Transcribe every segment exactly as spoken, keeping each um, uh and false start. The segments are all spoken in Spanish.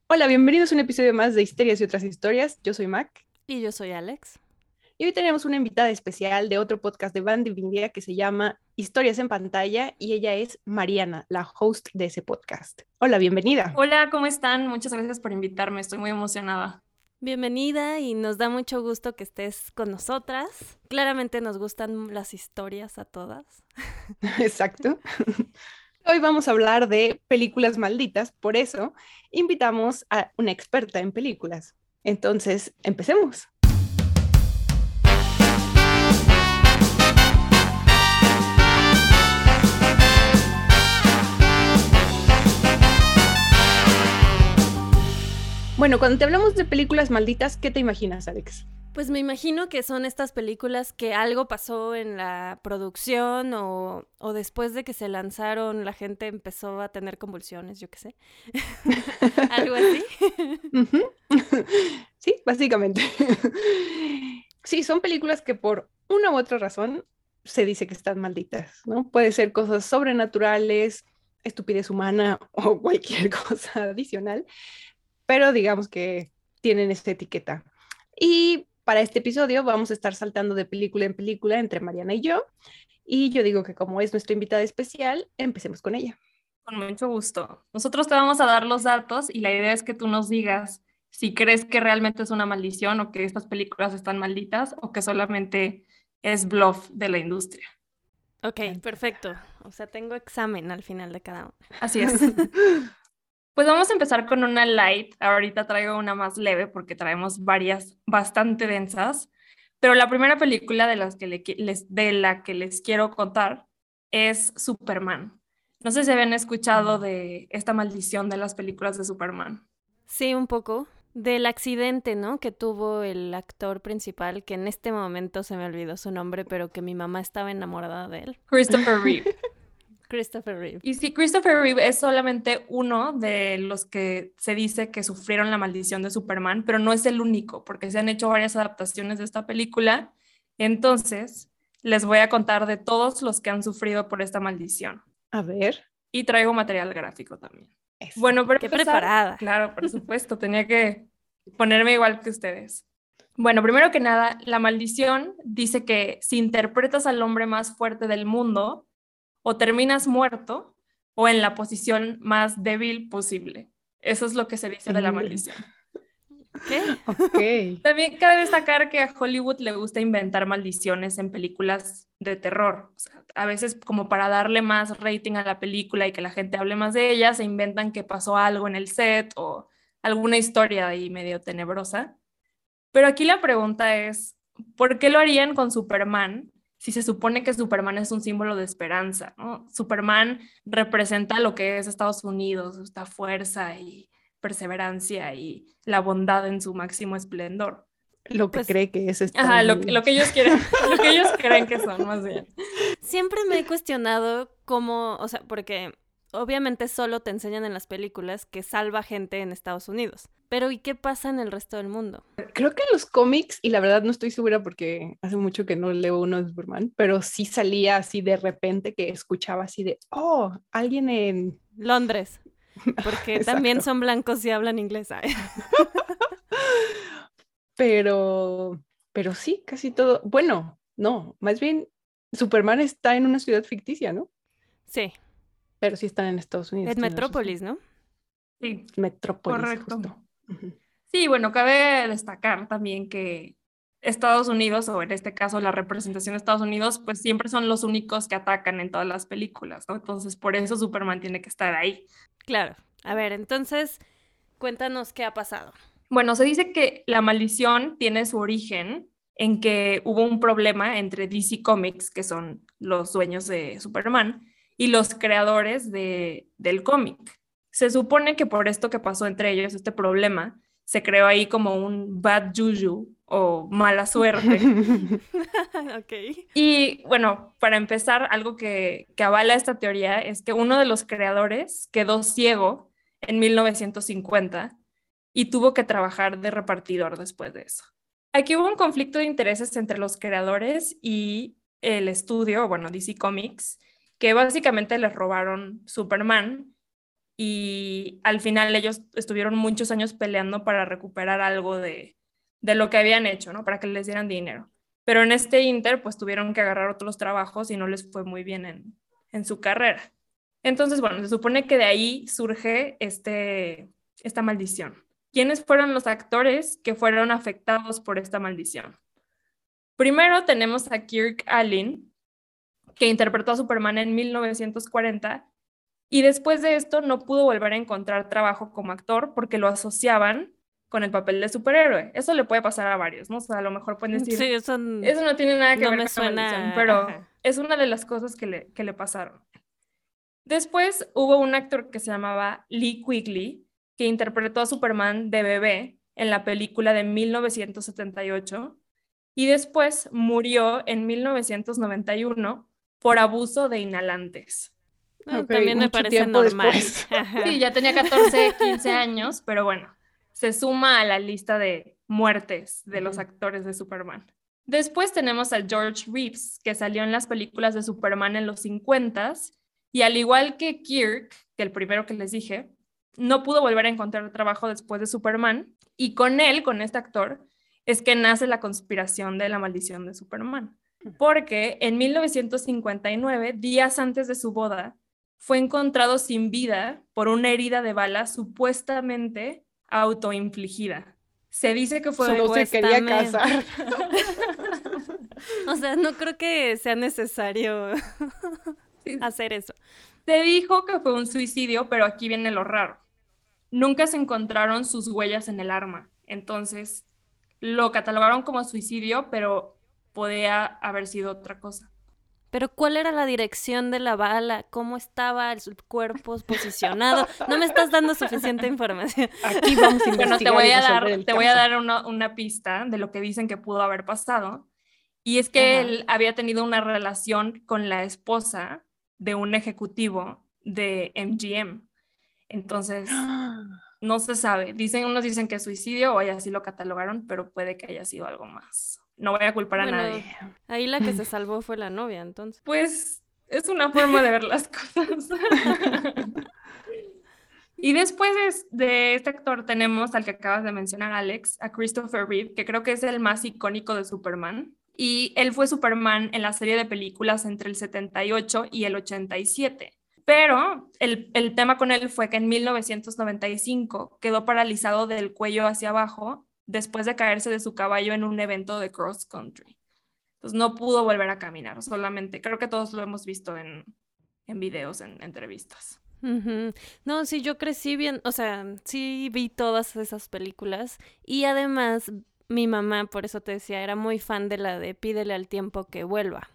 Hola, bienvenidos a un episodio más de Histerias y otras historias. Yo soy Mac Y yo soy Alex. y hoy tenemos una invitada especial de otro podcast de Bandy Media que se llama Historias en Pantalla y ella es Mariana, la host de ese podcast. Hola, bienvenida. Hola, ¿cómo están? Muchas gracias por invitarme, estoy muy emocionada. Bienvenida y nos da mucho gusto que estés con nosotras. Claramente nos gustan las historias a todas. Exacto. Hoy vamos a hablar de películas malditas, por eso invitamos a una experta en películas. Entonces, empecemos. Bueno, cuando te hablamos de películas malditas, ¿qué te imaginas, Alex? Pues me imagino que son estas películas que algo pasó en la producción o, o después de que se lanzaron la gente empezó a tener convulsiones, yo qué sé. Algo así. Ujú. Sí, básicamente. Sí, son películas que por una u otra razón se dice que están malditas, ¿no? Puede ser cosas sobrenaturales, estupidez humana o cualquier cosa adicional, pero digamos que tienen esta etiqueta. Y para este episodio vamos a estar saltando de película en película entre Mariana y yo, y yo digo que como es nuestra invitada especial, empecemos con ella. Con mucho gusto. Nosotros te vamos a dar los datos y la idea es que tú nos digas si crees que realmente es una maldición o que estas películas están malditas o que solamente es bluff de la industria. Ok, perfecto. O sea, tengo examen al final de cada uno. Así es. Pues vamos a empezar con una light. Ahorita traigo una más leve porque traemos varias bastante densas. Pero la primera película de, las que le qui- les, de la que les quiero contar es Superman. No sé si habían escuchado de esta maldición de las películas de Superman. Sí, un poco. Del accidente, ¿no? Que tuvo el actor principal, que en este momento se me olvidó su nombre, pero que mi mamá estaba enamorada de él. Christopher Reeve. Christopher Reeve. Y sí, Christopher Reeve es solamente uno de los que se dice que sufrieron la maldición de Superman, pero no es el único, porque se han hecho varias adaptaciones de esta película. Entonces, les voy a contar de todos los que han sufrido por esta maldición. A ver, Y traigo material gráfico también. eso. Bueno, para Qué empezar, preparada. claro, por supuesto, tenía que ponerme igual que ustedes. Bueno, primero que nada, la maldición dice que si interpretas al hombre más fuerte del mundo, o terminas muerto o en la posición más débil posible. Eso es lo que se dice de la En- maldición. ¿Qué? Ok. También cabe destacar que a Hollywood le gusta inventar maldiciones en películas de terror. O sea, a veces como para darle más rating a la película y que la gente hable más de ella, se inventan que pasó algo en el set o alguna historia ahí medio tenebrosa. Pero aquí la pregunta es, ¿por qué lo harían con Superman si se supone que Superman es un símbolo de esperanza, ¿no? Superman representa lo que es Estados Unidos, esta fuerza y perseverancia y la bondad en su máximo esplendor. Lo que Pues cree que es Ajá, Estados lo, lo que Unidos. ellos quieren, lo que ellos creen que son, más bien. siempre me he cuestionado cómo, o sea, porque obviamente solo te enseñan en las películas que salva gente en Estados Unidos. Pero ¿y qué pasa en el resto del mundo? Creo que en los cómics, y la verdad no estoy segura porque hace mucho que no leo uno de Superman, pero sí salía así de repente que escuchaba así de, oh, alguien en... Londres, porque también Exacto. son blancos y hablan inglés. Ay. Pero, pero sí, casi todo. Bueno, no, más bien Superman está en una ciudad ficticia, ¿no? Sí, Pero sí están en Estados Unidos, en tienes razón. Metrópolis, ¿no? Sí, Metrópolis, correcto. justo. Ujú. Sí, bueno, cabe destacar también que Estados Unidos, o en este caso la representación de Estados Unidos, pues siempre son los únicos que atacan en todas las películas, ¿no? Entonces, por eso Superman tiene que estar ahí. Claro. A ver, entonces, cuéntanos qué ha pasado. Bueno, se dice que la maldición tiene su origen en que hubo un problema entre D C Comics, que son los dueños de Superman, y los creadores de, del cómic. Se supone que por esto que pasó entre ellos, este problema, se creó ahí como un bad juju o mala suerte. Ok. Y bueno, para empezar, algo que, que avala esta teoría es que uno de los creadores quedó ciego en mil novecientos cincuenta y tuvo que trabajar de repartidor después de eso. Aquí hubo un conflicto de intereses entre los creadores y el estudio, bueno, D C Comics, que básicamente les robaron Superman y al final ellos estuvieron muchos años peleando para recuperar algo de, de lo que habían hecho, ¿no? Para que les dieran dinero. Pero en este inter, pues tuvieron que agarrar otros trabajos y no les fue muy bien en, en su carrera. Entonces, bueno, se supone que de ahí surge este, esta maldición. ¿Quiénes fueron los actores que fueron afectados por esta maldición? Primero tenemos a Kirk Alyn, que interpretó a Superman en mil novecientos cuarenta, y después de esto no pudo volver a encontrar trabajo como actor porque lo asociaban con el papel de superhéroe. Eso le puede pasar a varios, ¿no? O sea, a lo mejor pueden decir, Sí, eso, eso no tiene nada que no ver me con suena, la maldición, pero ajá. es una de las cosas que le, que le pasaron. Después hubo un actor que se llamaba Lee Quigley, que interpretó a Superman de bebé en la película de mil novecientos setenta y ocho, y después murió en mil novecientos noventa y uno por abuso de inhalantes. Bueno, Ok, también me mucho parece tiempo normal. después. Ajá. Sí, ya tenía catorce, quince años, pero bueno, se suma a la lista de muertes de los Ujú. actores de Superman. Después tenemos a George Reeves, que salió en las películas de Superman en los cincuentas, y al igual que Kirk, que el primero que les dije, no pudo volver a encontrar trabajo después de Superman, y con él, con este actor, es que nace la conspiración de la maldición de Superman. Porque en mil novecientos cincuenta y nueve, días antes de su boda, fue encontrado sin vida por una herida de bala supuestamente autoinfligida. Se dice que fue... No se quería Supuestamente. casar. O sea, no creo que sea necesario Sí, hacer eso. se dijo que fue un suicidio, pero aquí viene lo raro. Nunca se encontraron sus huellas en el arma. Entonces, lo catalogaron como suicidio, pero podía haber sido otra cosa. Pero ¿cuál era la dirección de la bala? ¿Cómo estaba el cuerpo posicionado? No me estás dando suficiente información. Aquí vamos a Bueno, te investigar voy y a resolver dar, el te voy a caso. dar una, una pista de lo que dicen que pudo haber pasado. Y es que Ajá. él había tenido una relación con la esposa de un ejecutivo de M G M. Entonces, no se sabe. Dicen, unos dicen que es suicidio o así lo catalogaron, pero puede que haya sido algo más. No voy a culpar Bueno, a nadie. ahí la que se salvó fue la novia, entonces. Pues es una forma de ver las cosas. Y después de, de este actor tenemos al que acabas de mencionar, Alex, a Christopher Reeve, que creo que es el más icónico de Superman. Y él fue Superman en la serie de películas entre el setenta y ocho y el ochenta y siete. Pero el, el tema con él fue que en mil novecientos noventa y cinco quedó paralizado del cuello hacia abajo después de caerse de su caballo en un evento de cross country. Entonces no pudo volver a caminar, solamente, creo que todos lo hemos visto en, en videos, en entrevistas. Ujú. No, sí, yo crecí bien, o sea, sí vi todas esas películas y además mi mamá, por eso te decía, era muy fan de la de Pídele al tiempo que vuelva,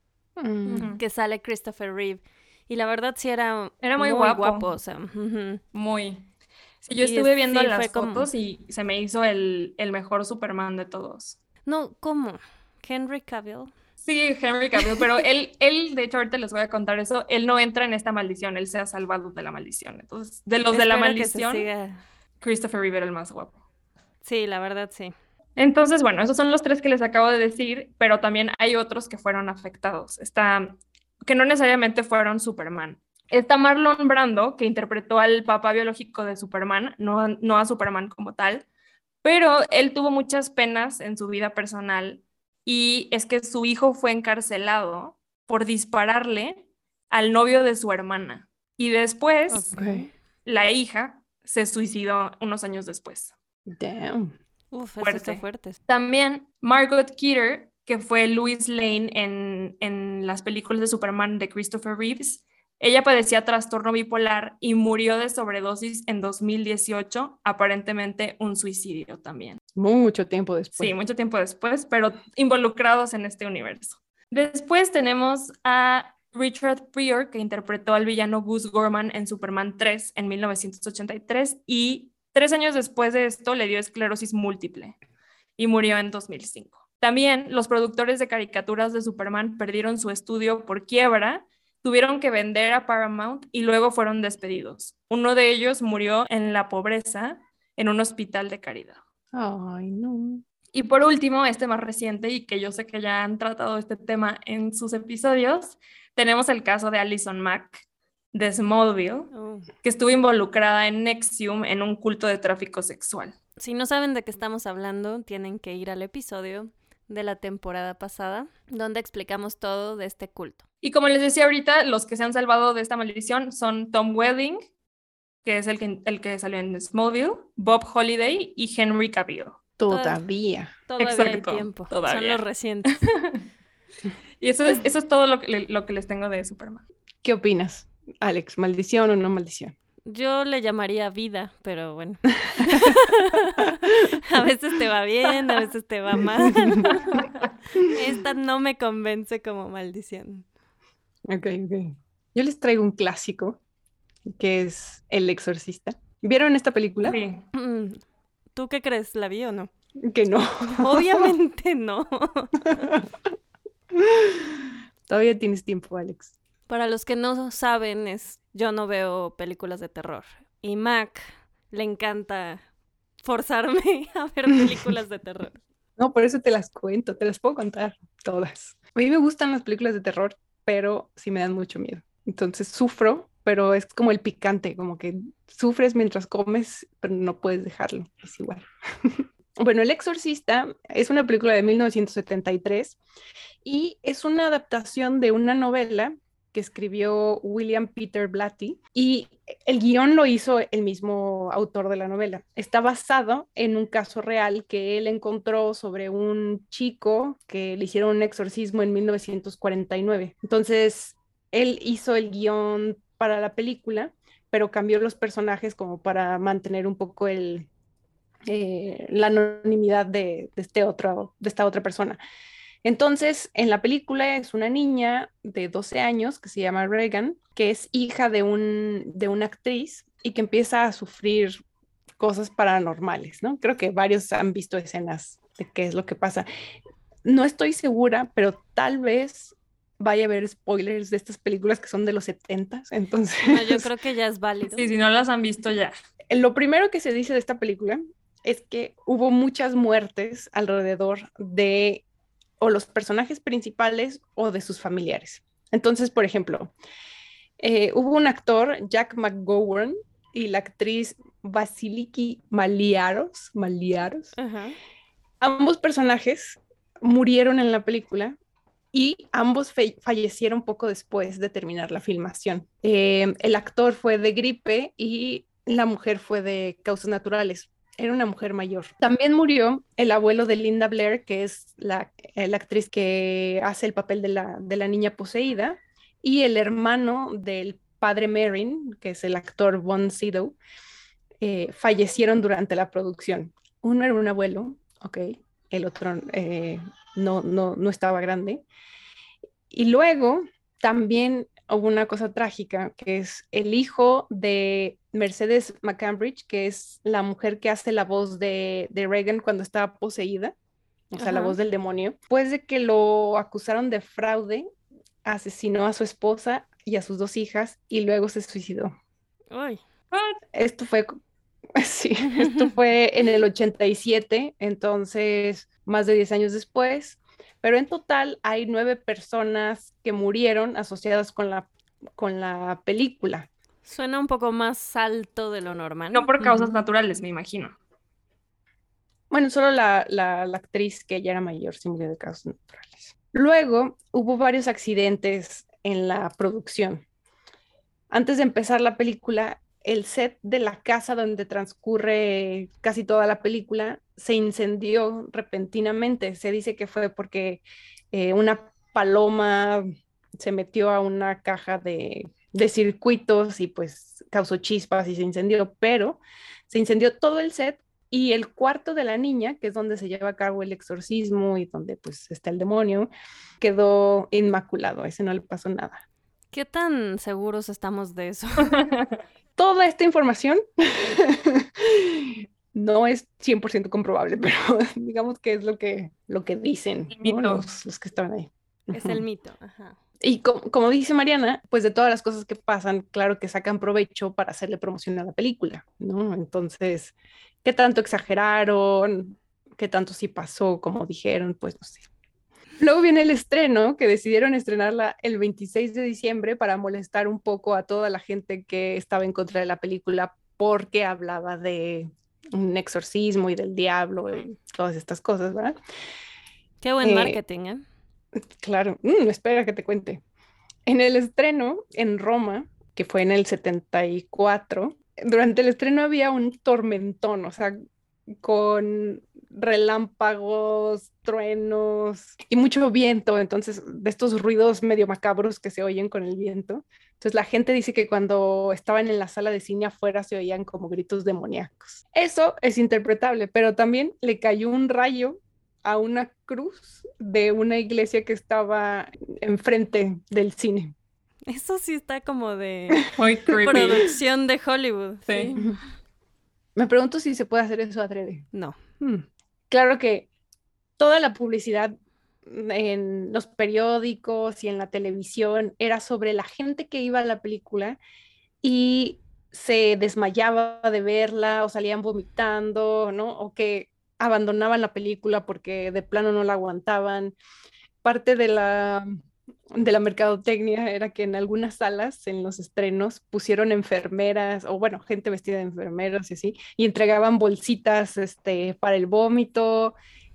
Mm. Ujú. que sale Christopher Reeve. Y la verdad sí era, Era muy muy guapo. guapo, o sea, ujú. Muy. Sí, yo Y estuve es- viendo sí, las fue como, fotos y se me hizo el, el mejor Superman de todos. no, ¿cómo? Henry Cavill. Sí, Henry Cavill, pero él, él, de hecho, ahorita les voy a contar eso, él no entra en esta maldición, él se ha salvado de la maldición. Entonces, de los de la Espero que se maldición, siga. Christopher Reeve era el más guapo. Sí, la verdad sí. Entonces, bueno, esos son los tres que les acabo de decir, pero también hay otros que fueron afectados. Está, que no necesariamente fueron Superman. Está Marlon Brando, que interpretó al papá biológico de Superman, no, no a Superman como tal, pero él tuvo muchas penas en su vida personal y es que su hijo fue encarcelado por dispararle al novio de su hermana y después Ok. la hija se suicidó unos años después. Damn. Uf, eso está Fuerte. fuerte. También Margot Kidder, que fue Lois Lane en, en las películas de Superman de Christopher Reeves, ella padecía trastorno bipolar y murió de sobredosis en dos mil dieciocho, aparentemente un suicidio también. Mucho tiempo después. Sí, mucho tiempo después, pero involucrados en este universo. Después tenemos a Richard Pryor, que interpretó al villano Gus Gorman en Superman tres en mil novecientos ochenta y tres y tres años después de esto le dio esclerosis múltiple y murió en dos mil cinco. También los productores de caricaturas de Superman perdieron su estudio por quiebra, tuvieron que vender a Paramount y luego fueron despedidos. Uno de ellos murió en la pobreza en un hospital de caridad. Ay, no. Y por último, este más reciente y que yo sé que ya han tratado este tema en sus episodios, tenemos el caso de Allison Mack, de Smallville, Oh. que estuvo involucrada en N X I V M en un culto de tráfico sexual. Si no saben de qué estamos hablando, tienen que ir al episodio de la temporada pasada, donde explicamos todo de este culto. Y como les decía ahorita, los que se han salvado de esta maldición son Tom Welling, que es el que, el que salió en Smallville, Bob Holiday y Henry Cavill. Todavía. Todavía Exacto, hay tiempo. todavía. Son los recientes. Y eso es, eso es todo lo que, lo que les tengo de Superman. ¿Qué opinas, Alex? ¿Maldición o no maldición? Yo le llamaría vida, pero bueno. A veces te va bien, a veces te va mal. Esta no me convence como maldición. Ok, ok. Yo les traigo un clásico, que es El Exorcista. ¿Vieron esta película? Sí. Mm, ¿Tú qué crees? ¿La vi o no? Que no. Obviamente no. Todavía tienes tiempo, Alex. Para los que no saben, es yo no veo películas de terror. Y Mac le encanta forzarme a ver películas de terror. No, por eso te las cuento, te las puedo contar todas. A mí me gustan las películas de terror, pero sí me dan mucho miedo. Entonces sufro, pero es como el picante, como que sufres mientras comes, pero no puedes dejarlo, es igual. Bueno, El Exorcista es una película de mil novecientos setenta y tres y es una adaptación de una novela que escribió William Peter Blatty y el guión lo hizo el mismo autor de la novela. Está basado en un caso real que él encontró sobre un chico que le hicieron un exorcismo en mil novecientos cuarenta y nueve. Entonces, él hizo el guión para la película, pero cambió los personajes como para mantener un poco el, eh, la anonimidad de, de, este otro, de esta otra persona. Entonces, en la película es una niña de doce años que se llama Regan, que es hija de, un, de una actriz y que empieza a sufrir cosas paranormales, ¿no? Creo que varios han visto escenas de qué es lo que pasa. No estoy segura, pero tal vez vaya a haber spoilers de estas películas que son de los setentas, entonces... No, yo creo que ya es válido. Sí, si no las han visto ya. Lo primero que se dice de esta película es que hubo muchas muertes alrededor de o los personajes principales o de sus familiares. Entonces, por ejemplo, eh, hubo un actor, Jack McGowan, y la actriz Vasiliki Maliaros, Maliaros. Ajá. Ambos personajes murieron en la película y ambos fe- fallecieron poco después de terminar la filmación. Eh, el actor fue de gripe y la mujer fue de causas naturales. Era una mujer mayor. También murió el abuelo de Linda Blair, que es la, la actriz que hace el papel de la, de la niña poseída, y el hermano del padre Merrin, que es el actor Von Sydow, eh, fallecieron durante la producción. Uno era un abuelo, ok, el otro eh, no, no, no estaba grande. Y luego también hubo una cosa trágica, que es el hijo de Mercedes McCambridge, que es la mujer que hace la voz de, de Regan cuando estaba poseída, o sea, Ajá. la voz del demonio. Después de que lo acusaron de fraude, asesinó a su esposa y a sus dos hijas y luego se suicidó. Uy. Esto fue, sí, esto fue en el ochenta y siete, entonces más de diez años después. Pero en total hay nueve personas que murieron asociadas con la, con la película. Suena un poco más alto de lo normal. No por causas Ujú. naturales, me imagino. Bueno, solo la, la, la actriz que ya era mayor sí murió de causas naturales. Luego hubo varios accidentes en la producción. Antes de empezar la película, el set de la casa donde transcurre casi toda la película se incendió repentinamente. Se dice que fue porque eh, una paloma se metió a una caja de, de circuitos y pues causó chispas y se incendió, pero se incendió todo el set y el cuarto de la niña, que es donde se lleva a cabo el exorcismo y donde pues está el demonio, quedó inmaculado. A ese no le pasó nada. ¿Qué tan seguros estamos de eso? Toda esta información no es cien por ciento comprobable, pero digamos que es lo que, lo que dicen, ¿no? los, los que estaban ahí. Es el mito. Ajá. Y com como dice Mariana, pues de todas las cosas que pasan, claro que sacan provecho para hacerle promoción a la película, ¿no? Entonces, ¿qué tanto exageraron? ¿Qué tanto sí pasó, como dijeron? Pues no sé. Luego viene el estreno, que decidieron estrenarla el veintiséis de diciembre para molestar un poco a toda la gente que estaba en contra de la película porque hablaba de un exorcismo y del diablo y todas estas cosas, ¿verdad? Qué buen Eh, marketing, ¿eh? claro, mm, espera que te cuente. En el estreno en Roma, que fue en el setenta y cuatro, durante el estreno había un tormentón, o sea, con relámpagos, truenos y mucho viento, entonces de estos ruidos medio macabros que se oyen con el viento. Entonces la gente dice que cuando estaban en la sala de cine afuera se oían como gritos demoníacos. Eso es interpretable, pero también le cayó un rayo a una cruz de una iglesia que estaba enfrente del cine. Eso sí está como de Muy creepy. producción de Hollywood. Sí. Sí. Me pregunto si se puede hacer eso adrede. No. Hmm. Claro que toda la publicidad en los periódicos y en la televisión era sobre la gente que iba a la película y se desmayaba de verla o salían vomitando, ¿no? O que abandonaban la película porque de plano no la aguantaban. Parte de la, de la mercadotecnia era que en algunas salas, en los estrenos, pusieron enfermeras o bueno, gente vestida de enfermeros y así, y entregaban bolsitas este, para el vómito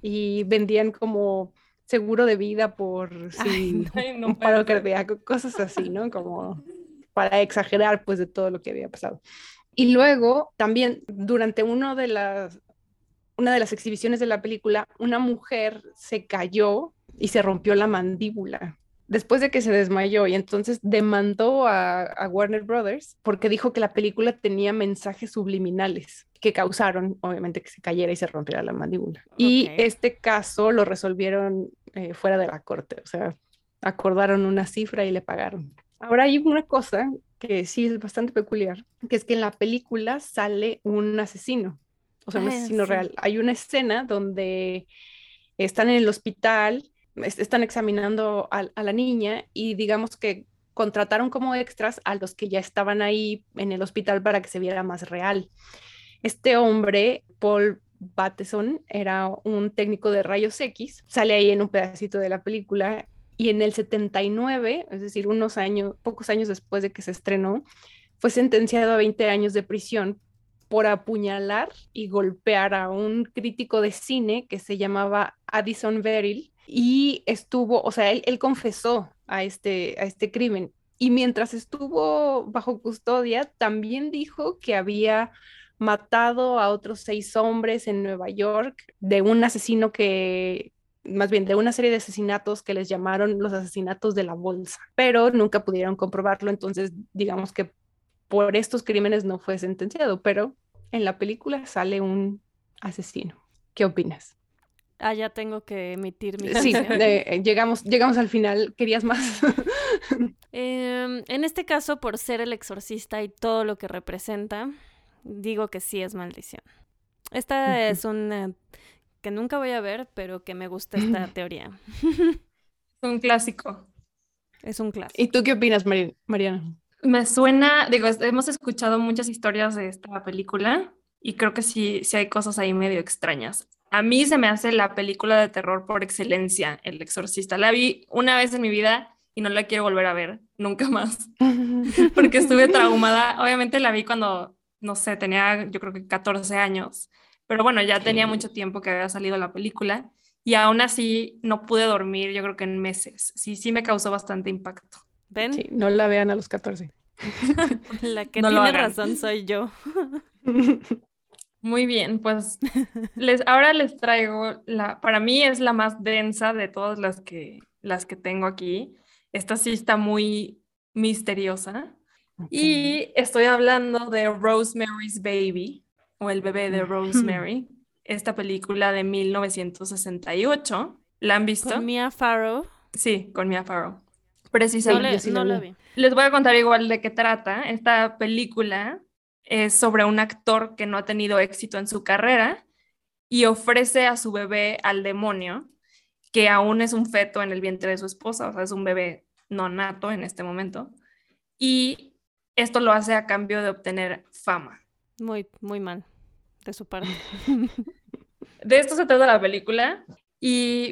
y vendían como seguro de vida por si Ay, no un puede paro ser. cardíaco, cosas así, ¿no? Como para exagerar pues de todo lo que había pasado. Y luego también durante uno de las, una de las exhibiciones de la película, una mujer se cayó y se rompió la mandíbula después de que se desmayó y entonces demandó a, a Warner Brothers porque dijo que la película tenía mensajes subliminales que causaron, obviamente, que se cayera y se rompiera la mandíbula. Y Ok. este caso lo resolvieron eh, fuera de la corte, o sea, acordaron una cifra y le pagaron. Ahora hay una cosa que sí es bastante peculiar, que es que en la película sale un asesino, o sea, un Ah, asesino sí. real. Hay una escena donde están en el hospital, est- están examinando a, a la niña y digamos que contrataron como extras a los que ya estaban ahí en el hospital para que se viera más real. Este hombre, Paul Bateson, era un técnico de rayos X, sale ahí en un pedacito de la película y en el setenta y nueve, es decir, unos años, pocos años después de que se estrenó, fue sentenciado a veinte años de prisión por apuñalar y golpear a un crítico de cine que se llamaba Addison Verrill y estuvo, o sea, él, él confesó a este, a este crimen y mientras estuvo bajo custodia también dijo que había matado a otros seis hombres en Nueva York de un asesino que, más bien de una serie de asesinatos que les llamaron los asesinatos de la bolsa, pero nunca pudieron comprobarlo, entonces digamos que por estos crímenes no fue sentenciado, pero en la película sale un asesino. ¿Qué opinas? Ah, ya tengo que emitir mi Sí, juicio. eh, llegamos, llegamos al final. ¿Querías más? Em, en este caso, por ser el exorcista y todo lo que representa, digo que sí es maldición. Esta es una que nunca voy a ver, pero que me gusta esta teoría. Es un clásico. Es un ¿Y clásico. tú qué opinas, Mari- Mariana? Me suena, digo, es- hemos escuchado muchas historias de esta película y creo que sí, sí hay cosas ahí medio extrañas. A mí se me hace la película de terror por excelencia, El Exorcista. La vi una vez en mi vida y no la quiero volver a ver, nunca más, porque estuve traumada. Obviamente la vi cuando, no sé, tenía yo creo que catorce años, pero bueno, ya tenía mucho tiempo que había salido la película y aún así no pude dormir, yo creo que en meses. Sí, sí me causó bastante impacto. ¿Ven? Sí, no la vean a los catorce. La que No lo tiene hagan. razón soy yo. Muy bien, pues les, ahora les traigo la, para mí es la más densa de todas las que, las que tengo aquí. Esta sí está muy misteriosa. Y estoy hablando de Rosemary's Baby, o El bebé de Rosemary, esta película de mil novecientos sesenta y ocho. ¿La han visto? Con Mia Farrow. Sí, con Mia Farrow. No, Precisamente. le, yo sí la no la vi. vi. Les voy a contar igual de qué trata. Esta película es sobre un actor que no ha tenido éxito en su carrera y ofrece a su bebé al demonio, que aún es un feto en el vientre de su esposa, o sea, es un bebé no nato en este momento. Y esto lo hace a cambio de obtener fama. Muy, muy mal de su parte. De esto se trata la película y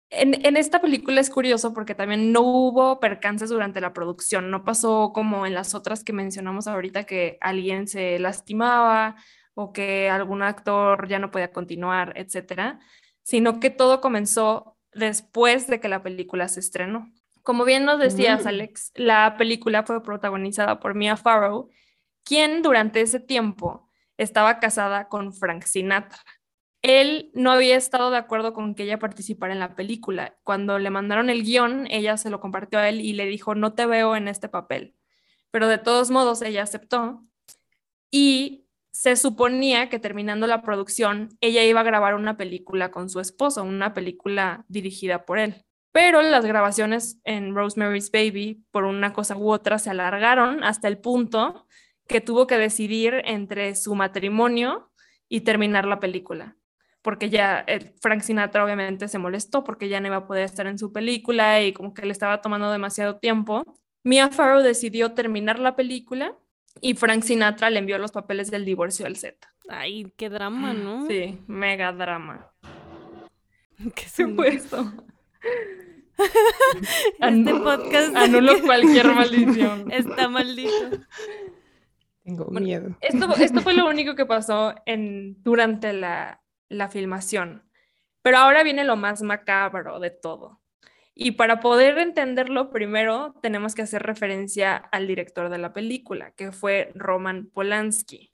En, en esta película es curioso porque también no hubo percances durante la producción, no pasó como en las otras que mencionamos ahorita que alguien se lastimaba o que algún actor ya no podía continuar, etcétera, sino que todo comenzó después de que la película se estrenó. Como bien nos decías, Mm. Alex, la película fue protagonizada por Mia Farrow, quien durante ese tiempo estaba casada con Frank Sinatra. Él no había estado de acuerdo con que ella participara en la película. Cuando le mandaron el guión, ella se lo compartió a él y le dijo, no te veo en este papel. Pero de todos modos, ella aceptó y se suponía que terminando la producción, ella iba a grabar una película con su esposo, una película dirigida por él. Pero las grabaciones en Rosemary's Baby, por una cosa u otra, se alargaron hasta el punto que tuvo que decidir entre su matrimonio y terminar la película. Porque ya eh, Frank Sinatra obviamente se molestó porque ya no iba a poder estar en su película y como que le estaba tomando demasiado tiempo. Mia Farrow decidió terminar la película y Frank Sinatra le envió los papeles del divorcio al set. Ay, qué drama, ¿no? Sí, mega drama. ¿Qué ¿Qué son? fue esto? Este podcast Anulo cualquier maldición. está maldito. Tengo Bueno, miedo. Esto, esto fue lo único que pasó en, durante la, la filmación. Pero ahora viene lo más macabro de todo. Y para poder entenderlo, primero tenemos que hacer referencia al director de la película, que fue Roman Polanski.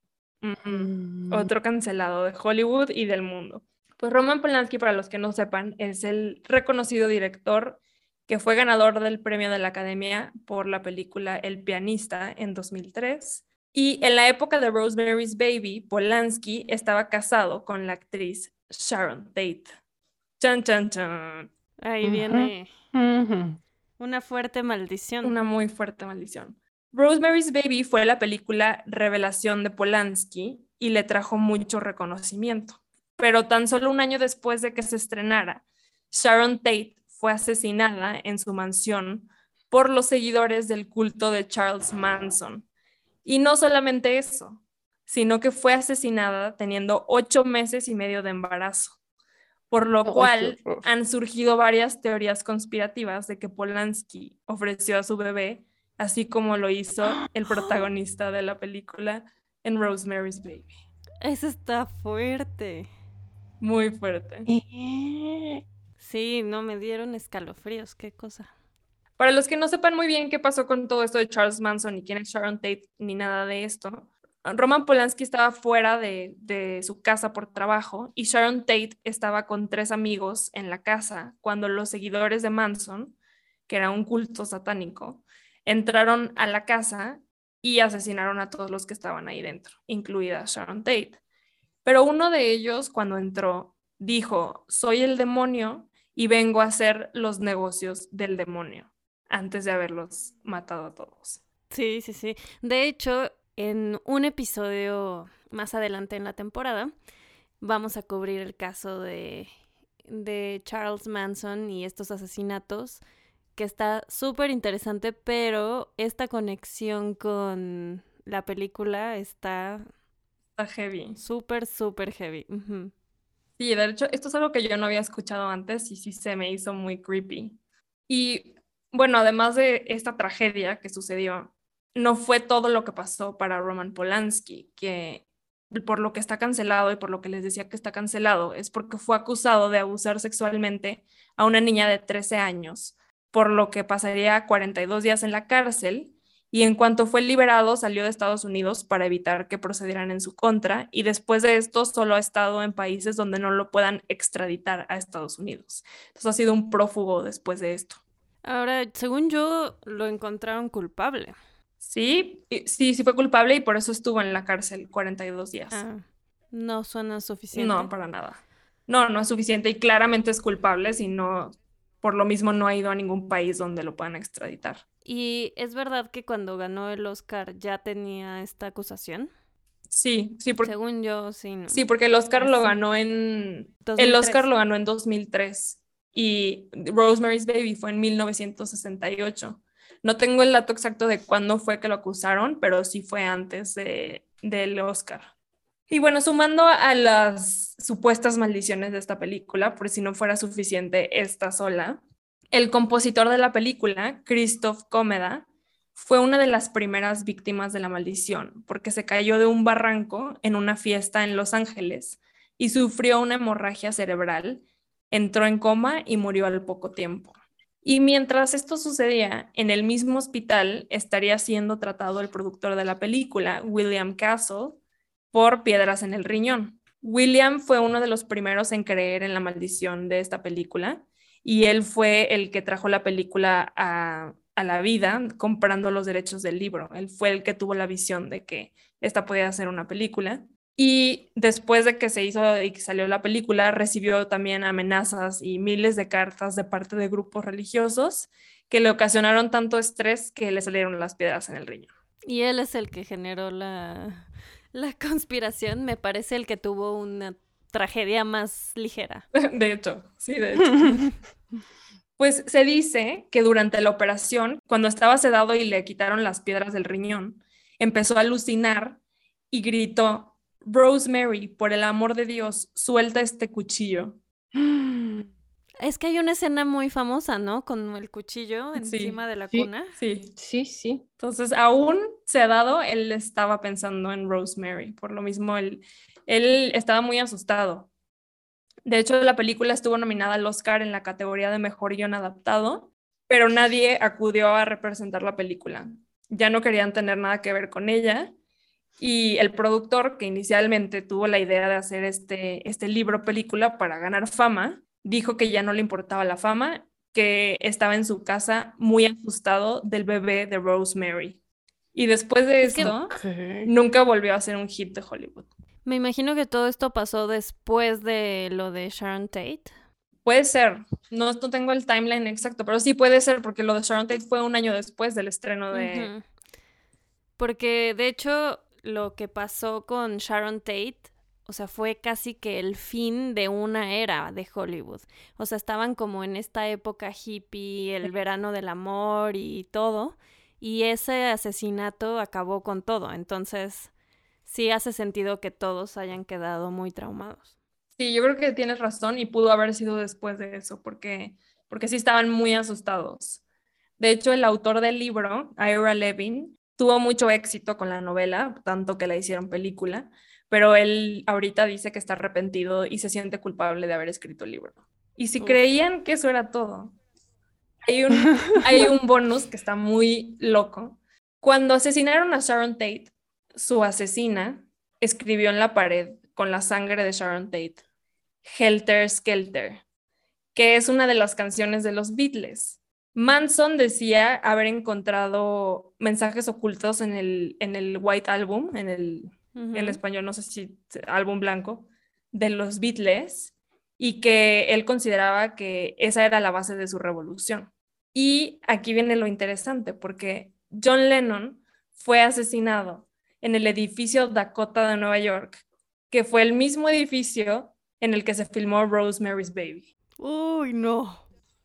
Mm, Mm. Otro cancelado de Hollywood y del mundo. Pues Roman Polanski, para los que no sepan, es el reconocido director que fue ganador del premio de la Academia por la película El pianista en dos mil tres. Y en la época de Rosemary's Baby, Polanski estaba casado con la actriz Sharon Tate. Chan, chan, chan. Ahí Ujú, viene ujú. una fuerte maldición. Una muy fuerte maldición. Rosemary's Baby fue la película revelación de Polanski y le trajo mucho reconocimiento. Pero tan solo un año después de que se estrenara, Sharon Tate fue asesinada en su mansión por los seguidores del culto de Charles Manson. Y no solamente eso, sino que fue asesinada teniendo ocho meses y medio de embarazo, por lo Ay, cual qué horror. han surgido varias teorías conspirativas de que Polanski ofreció a su bebé, así como lo hizo el protagonista de la película en Rosemary's Baby. Eso está fuerte. Muy fuerte. Eh, Sí, no me dieron escalofríos, qué cosa. Para los que no sepan muy bien qué pasó con todo esto de Charles Manson y quién es Sharon Tate ni nada de esto, Roman Polanski estaba fuera de, de su casa por trabajo y Sharon Tate estaba con tres amigos en la casa cuando los seguidores de Manson, que era un culto satánico, entraron a la casa y asesinaron a todos los que estaban ahí dentro, incluida Sharon Tate. Pero uno de ellos, cuando entró, dijo, soy el demonio y vengo a hacer los negocios del demonio, antes de haberlos matado a todos. Sí, sí, sí. De hecho, en un episodio más adelante en la temporada, vamos a cubrir el caso de, de Charles Manson y estos asesinatos, que está súper interesante, pero esta conexión con la película está Está heavy. súper, súper heavy. Ujú. Sí, de hecho, esto es algo que yo no había escuchado antes y sí se me hizo muy creepy. Y bueno, además de esta tragedia que sucedió, no fue todo lo que pasó para Roman Polanski, que por lo que está cancelado y por lo que les decía que está cancelado, es porque fue acusado de abusar sexualmente a una niña de trece años, por lo que pasaría cuarenta y dos días en la cárcel. Y en cuanto fue liberado, salió de Estados Unidos para evitar que procedieran en su contra. Y después de esto, solo ha estado en países donde no lo puedan extraditar a Estados Unidos. Entonces ha sido un prófugo después de esto. Ahora, según yo, lo encontraron culpable. Sí, y- sí, sí fue culpable y por eso estuvo en la cárcel cuarenta y dos días. Ah, no suena suficiente. No, para nada. No, no es suficiente y claramente es culpable, si no, por lo mismo no ha ido a ningún país donde lo puedan extraditar. ¿Y es verdad que cuando ganó el Oscar ya tenía esta acusación? Sí, sí, porque, Según yo, sí, no. sí, porque el Oscar Ah, lo sí. ganó en... dos mil El tres. Oscar lo ganó en dos mil tres y Rosemary's Baby fue en mil novecientos sesenta y ocho. No tengo el dato exacto de cuándo fue que lo acusaron, pero sí fue antes de, del Oscar. Y bueno, sumando a las supuestas maldiciones de esta película, por si no fuera suficiente esta sola. El compositor de la película, Christoph Komeda, fue una de las primeras víctimas de la maldición, porque se cayó de un barranco en una fiesta en Los Ángeles y sufrió una hemorragia cerebral, entró en coma y murió al poco tiempo. Y mientras esto sucedía, en el mismo hospital estaría siendo tratado el productor de la película, William Castle, por piedras en el riñón. William fue uno de los primeros en creer en la maldición de esta película y él fue el que trajo la película a, a la vida comprando los derechos del libro. Él fue el que tuvo la visión de que esta podía ser una película. Y después de que se hizo y que salió la película, recibió también amenazas y miles de cartas de parte de grupos religiosos que le ocasionaron tanto estrés que le salieron las piedras en el riñón. Y él es el que generó la, la conspiración, me parece el que tuvo una tragedia más ligera. De hecho, sí, de hecho. Pues se dice que durante la operación, cuando estaba sedado y le quitaron las piedras del riñón, empezó a alucinar y gritó: Rosemary, por el amor de Dios, suelta este cuchillo. Es que hay una escena muy famosa, ¿no? Con el cuchillo Sí, encima de la sí, cuna. Sí, Sí, sí. entonces aún sedado, él estaba pensando en Rosemary. Por lo mismo, él, él estaba muy asustado. De hecho, la película estuvo nominada al Oscar en la categoría de Mejor Guión Adaptado, pero nadie acudió a representar la película. Ya no querían tener nada que ver con ella. Y el productor, que inicialmente tuvo la idea de hacer este, este libro película para ganar fama, dijo que ya no le importaba la fama, que estaba en su casa muy asustado del bebé de Rosemary. Y después de Es que- esto, Ok. nunca volvió a ser un hit de Hollywood. Me imagino que todo esto pasó después de lo de Sharon Tate. Puede ser, no, no tengo el timeline exacto, pero sí puede ser porque lo de Sharon Tate fue un año después del estreno de... Ujú. Porque de hecho lo que pasó con Sharon Tate, o sea, fue casi que el fin de una era de Hollywood. O sea, estaban como en esta época hippie, el verano del amor y todo, y ese asesinato acabó con todo. Entonces, sí hace sentido que todos hayan quedado muy traumados. Sí, yo creo que tienes razón y pudo haber sido después de eso, porque, porque sí estaban muy asustados. De hecho, el autor del libro, Ira Levin, tuvo mucho éxito con la novela, tanto que la hicieron película, pero él ahorita dice que está arrepentido y se siente culpable de haber escrito el libro. Y si Uf. creían que eso era todo, hay un, hay un bonus que está muy loco. Cuando asesinaron a Sharon Tate, su asesina escribió en la pared con la sangre de Sharon Tate, Helter Skelter, que es una de las canciones de los Beatles. Manson decía haber encontrado mensajes ocultos en el, en el White Album, en el, Ujú. en español, no sé si álbum blanco, de los Beatles, y que él consideraba que esa era la base de su revolución. Y aquí viene lo interesante, porque John Lennon fue asesinado en el edificio Dakota de Nueva York, que fue el mismo edificio en el que se filmó Rosemary's Baby. Uy, no.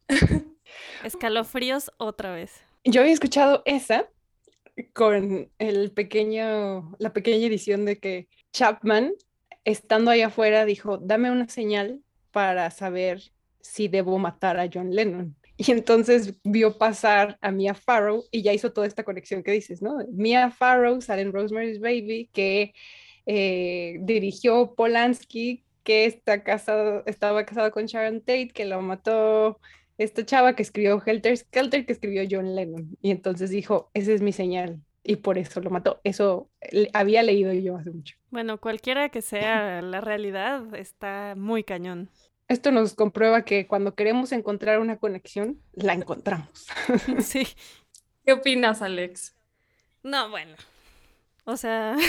Escalofríos otra vez. Yo había escuchado esa con el pequeño, la pequeña edición de que Chapman, estando allá afuera, dijo: dame una señal para saber si debo matar a John Lennon. Y entonces vio pasar a Mia Farrow y ya hizo toda esta conexión que dices, ¿no? Mia Farrow sale en Rosemary's Baby, que eh, dirigió Polanski, que está casado, estaba casado con Sharon Tate, que lo mató esta chava que escribió Helter Skelter, que escribió John Lennon. Y entonces dijo: esa es mi señal. Y por eso lo mató. Eso le- había leído yo hace mucho. Bueno, cualquiera que sea la realidad, está muy cañón. Esto nos comprueba que cuando queremos encontrar una conexión, la encontramos. Sí. ¿Qué opinas, Alex? No, bueno. O sea,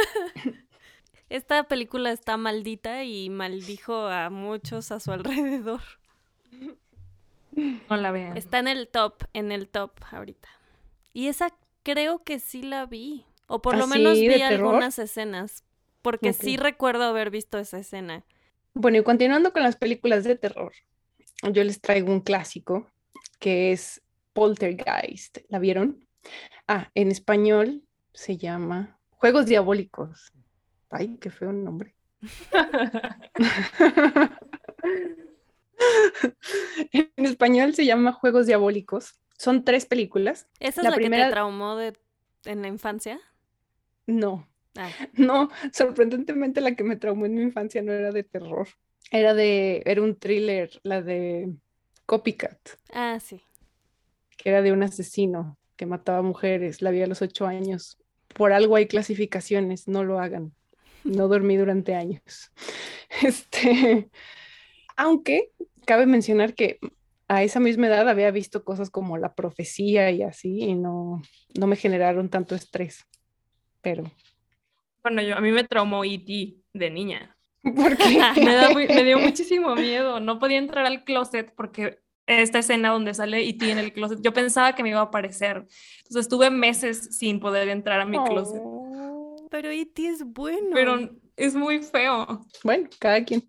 esta película está maldita y maldijo a muchos a su alrededor. No la vean. Está en el top, en el top ahorita. Y esa creo que sí la vi. O por lo ¿Así menos de vi terror? algunas escenas. Porque Ok. sí recuerdo haber visto esa escena. Bueno, y continuando con las películas de terror, yo les traigo un clásico que es Poltergeist. ¿La vieron? Ah, en español se llama Juegos Diabólicos. Ay, qué feo nombre. En español se llama Juegos Diabólicos. Son tres películas. ¿Esa es La la primera, que te traumó de, en la infancia? no, Ah, no, sorprendentemente la que me traumó en mi infancia no era de terror. Era de, era un thriller, la de Copycat, ah, sí. que era de un asesino que mataba mujeres. La vi a los ocho años. Por algo hay clasificaciones, no lo hagan. No dormí durante años. Este, aunque cabe mencionar que a esa misma edad había visto cosas como La Profecía y así, y no, no me generaron tanto estrés. Pero, Bueno, yo, a mí me traumó E T de niña. ¿por qué? Me da muy- me dio muchísimo miedo. No podía entrar al closet porque esta escena donde sale E T en el closet, yo pensaba que me iba a aparecer. Entonces estuve meses sin poder entrar a mi closet. Oh. Pero E T es bueno. Pero es muy feo. Bueno, cada quien,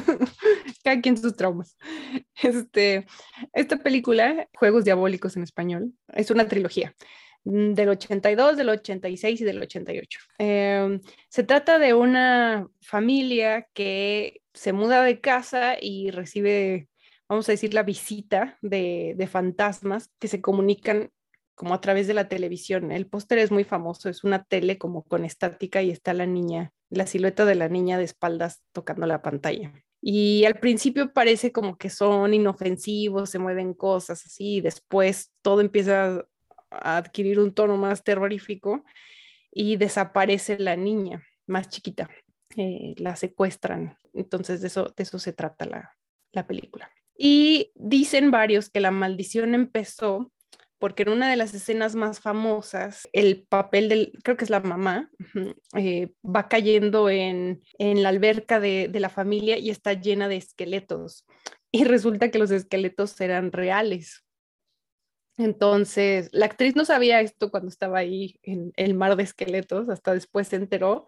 cada quien sus traumas. Este, esta película, Juegos Diabólicos en español, es una trilogía mm, del ochenta y dos, del ochenta y seis y del ochenta y ocho. Eh, se trata de una familia que se muda de casa y recibe, vamos a decir, la visita de, de fantasmas que se comunican como a través de la televisión. El póster es muy famoso, es una tele como con estática y está la niña, la silueta de la niña de espaldas tocando la pantalla. Y al principio parece como que son inofensivos, se mueven cosas así, y después todo empieza a adquirir un tono más terrorífico y desaparece la niña más chiquita, eh, la secuestran. Entonces de eso, de eso se trata la, la película. Y dicen varios que la maldición empezó porque en una de las escenas más famosas, el papel del, creo que es la mamá, uh-huh, eh, va cayendo en, en la alberca de, de la familia y está llena de esqueletos. Y resulta que los esqueletos eran reales. Entonces, la actriz no sabía esto cuando estaba ahí en el mar de esqueletos, hasta después se enteró.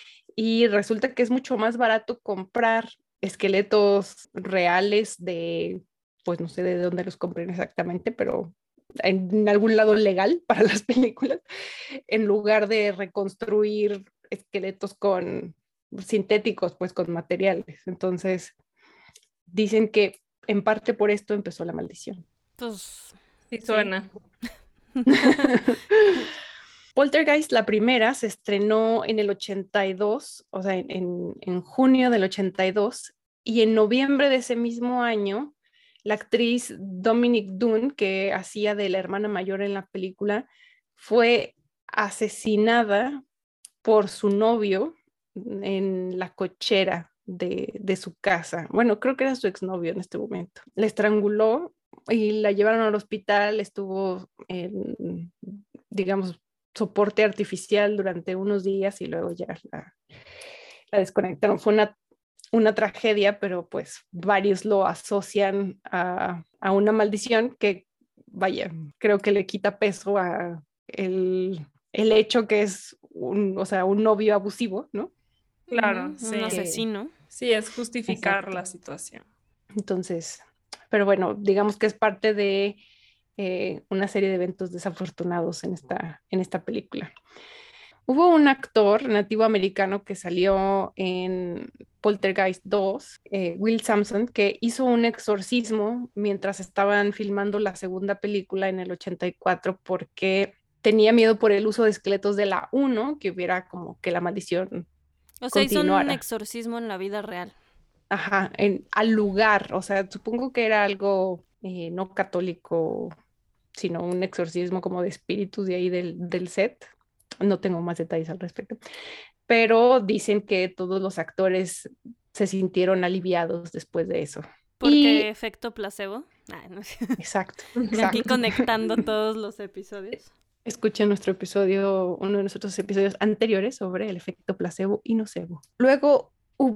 Y resulta que es mucho más barato comprar esqueletos reales de, pues no sé de dónde los compren exactamente, pero en algún lado legal para las películas, en lugar de reconstruir esqueletos con sintéticos, pues con materiales. Entonces, dicen que en parte por esto empezó la maldición. Pues Sí sí. suena. Poltergeist, la primera, se estrenó en el ochenta y dos, o sea, en, en junio del ochenta y dos, y en noviembre de ese mismo año, la actriz Dominique Dunne, que hacía de la hermana mayor en la película, fue asesinada por su novio en la cochera de, de su casa. Bueno, creo que era su exnovio en este momento. La estranguló y la llevaron al hospital, estuvo en, digamos, soporte artificial durante unos días y luego ya la, la desconectaron. Fue una, una tragedia, pero pues varios lo asocian a, a una maldición que, vaya, creo que le quita peso a el, el hecho que es un, o sea, un novio abusivo, ¿no? Claro, Ujú, sí. un asesino. Sí, es justificar Exacto. la situación. Entonces, pero bueno, digamos que es parte de eh, una serie de eventos desafortunados en esta, en esta película. Hubo un actor nativo americano que salió en Poltergeist dos, eh, Will Sampson, que hizo un exorcismo mientras estaban filmando la segunda película en el ochenta y cuatro porque tenía miedo por el uso de esqueletos de la uno, que hubiera como que la maldición O sea, hizo un continuara. exorcismo en la vida real. Ajá, en, al lugar, o sea, supongo que era algo eh, no católico, sino un exorcismo como de espíritus de ahí del, del set. No tengo más detalles al respecto, pero dicen que todos los actores se sintieron aliviados después de eso. Porque Y efecto placebo. Ah, no. exacto, Y aquí exacto. conectando todos los episodios. Escuchen nuestro episodio, uno de nuestros episodios anteriores sobre el efecto placebo y nocebo. Luego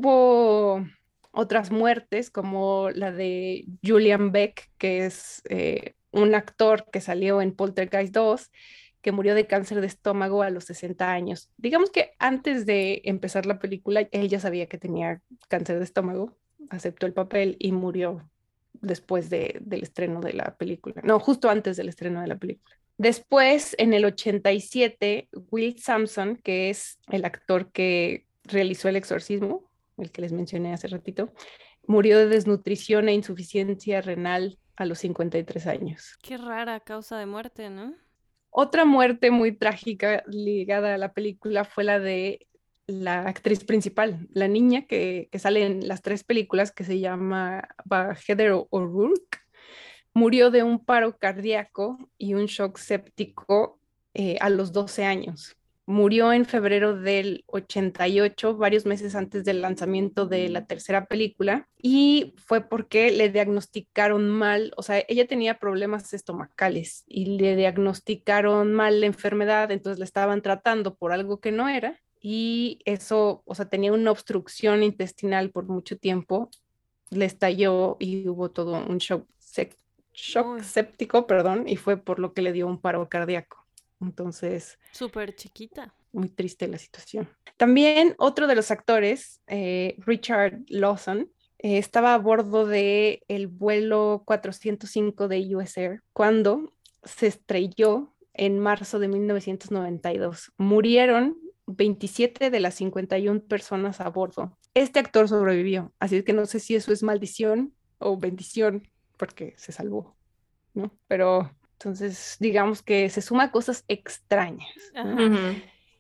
hubo otras muertes como la de Julian Beck, que es eh, un actor que salió en Poltergeist dos, que murió de cáncer de estómago a los sesenta años. Digamos que antes de empezar la película, él ya sabía que tenía cáncer de estómago, aceptó el papel y murió después de, del estreno de la película. No, justo antes del estreno de la película. Después, en el ochenta y siete, Will Sampson, que es el actor que realizó el exorcismo, el que les mencioné hace ratito, murió de desnutrición e insuficiencia renal a los cincuenta y tres años. Qué rara causa de muerte, ¿no? Otra muerte muy trágica ligada a la película fue la de la actriz principal, la niña que, que sale en las tres películas, que se llama Heather O'Rourke. Murió de un paro cardíaco y un shock séptico eh, a los doce años. Murió en febrero del ochenta y ocho, varios meses antes del lanzamiento de la tercera película, y fue porque le diagnosticaron mal, o sea, ella tenía problemas estomacales y le diagnosticaron mal la enfermedad, entonces la estaban tratando por algo que no era, y eso, o sea, tenía una obstrucción intestinal por mucho tiempo, le estalló y hubo todo un shock, shock séptico, perdón, y fue por lo que le dio un paro cardíaco. Entonces, súper chiquita. Muy triste la situación. También otro de los actores, eh, Richard Lawson, eh, estaba a bordo del vuelo cuatrocientos cinco de U S Air cuando se estrelló en marzo de mil novecientos noventa y dos. Murieron veintisiete de las cincuenta y una personas a bordo. Este actor sobrevivió, así que no sé si eso es maldición o bendición, porque se salvó, ¿no? Pero entonces, digamos que se suma cosas extrañas, ¿no? Uh-huh.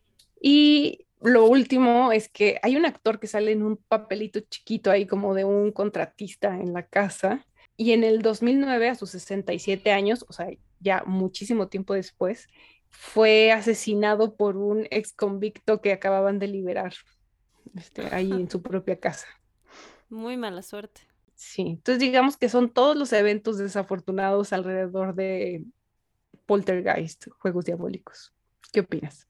Y lo último es que hay un actor que sale en un papelito chiquito ahí como de un contratista en la casa, y en el dos mil nueve, a sus sesenta y siete años, o sea, ya muchísimo tiempo después, fue asesinado por un ex convicto que acababan de liberar este, ahí en su propia casa. Muy mala suerte. Sí, entonces digamos que son todos los eventos desafortunados alrededor de Poltergeist, Juegos Diabólicos. ¿Qué opinas?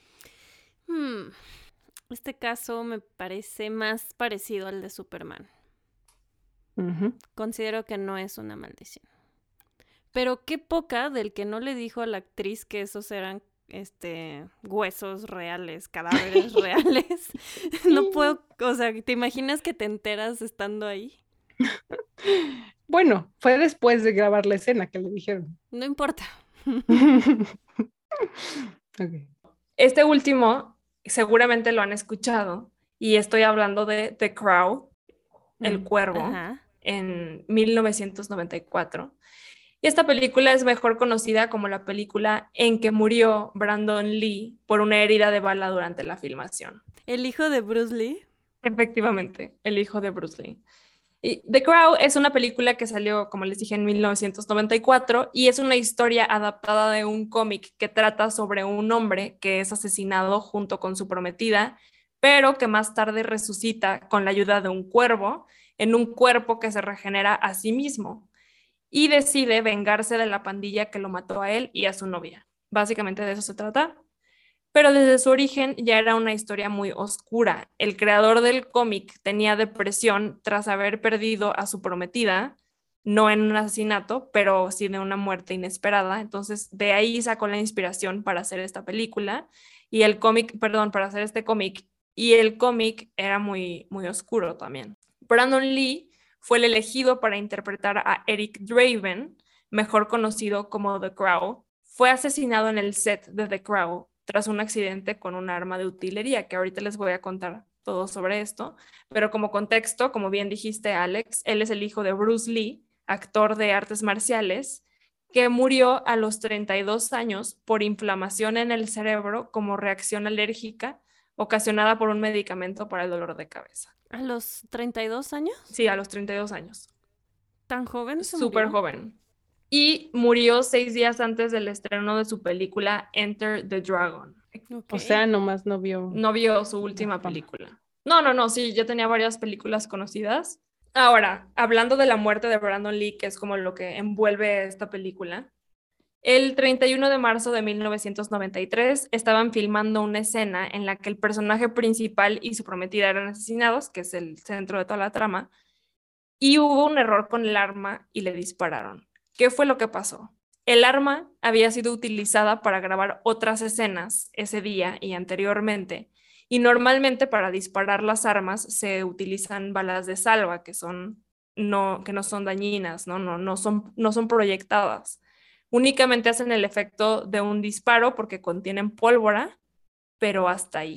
Hmm. Este caso me parece más parecido al de Superman. Uh-huh. Considero que no es una maldición. Pero qué poca del que no le dijo a la actriz que esos eran este huesos reales, cadáveres reales. No puedo, o sea, ¿te imaginas que te enteras estando ahí? Bueno, fue después de grabar la escena que le dijeron. No importa. Okay. Este último seguramente lo han escuchado y estoy hablando de The Crow, El Mm. Cuervo, Ajá. en mil novecientos noventa y cuatro. Y esta película es mejor conocida como la película en que murió Brandon Lee por una herida de bala durante la filmación. ¿El hijo de Bruce Lee? Efectivamente, el hijo de Bruce Lee. Y The Crow es una película que salió, como les dije, en mil novecientos noventa y cuatro y es una historia adaptada de un cómic que trata sobre un hombre que es asesinado junto con su prometida, pero que más tarde resucita con la ayuda de un cuervo en un cuerpo que se regenera a sí mismo y decide vengarse de la pandilla que lo mató a él y a su novia. Básicamente de eso se trata. Pero desde su origen ya era una historia muy oscura. El creador del cómic tenía depresión tras haber perdido a su prometida, no en un asesinato, pero sí de una muerte inesperada. Entonces, de ahí sacó la inspiración para hacer esta película y el cómic, perdón, para hacer este cómic. Y el cómic era muy, muy oscuro también. Brandon Lee fue el elegido para interpretar a Eric Draven, mejor conocido como The Crow. Fue asesinado en el set de The Crow tras un accidente con un arma de utilería, que ahorita les voy a contar todo sobre esto, pero como contexto, como bien dijiste, Alex, él es el hijo de Bruce Lee, actor de artes marciales, que murió a los treinta y dos años por inflamación en el cerebro como reacción alérgica ocasionada por un medicamento para el dolor de cabeza. ¿A los treinta y dos años? Sí, a los treinta y dos años. ¿Tan joven se Súper murió? joven. Y murió seis días antes del estreno de su película Enter the Dragon. Okay. O sea, nomás no vio. No vio su última película. No, no, no, sí, ya tenía varias películas conocidas. Ahora, hablando de la muerte de Brandon Lee, que es como lo que envuelve esta película, el treinta y uno de marzo de mil novecientos noventa y tres estaban filmando una escena en la que el personaje principal y su prometida eran asesinados, que es el centro de toda la trama, y hubo un error con el arma y le dispararon. ¿Qué fue lo que pasó? El arma había sido utilizada para grabar otras escenas ese día y anteriormente, y normalmente para disparar las armas se utilizan balas de salva que son no, que no son dañinas, ¿no? No, no, son, no son proyectadas. Únicamente hacen el efecto de un disparo porque contienen pólvora, pero hasta ahí.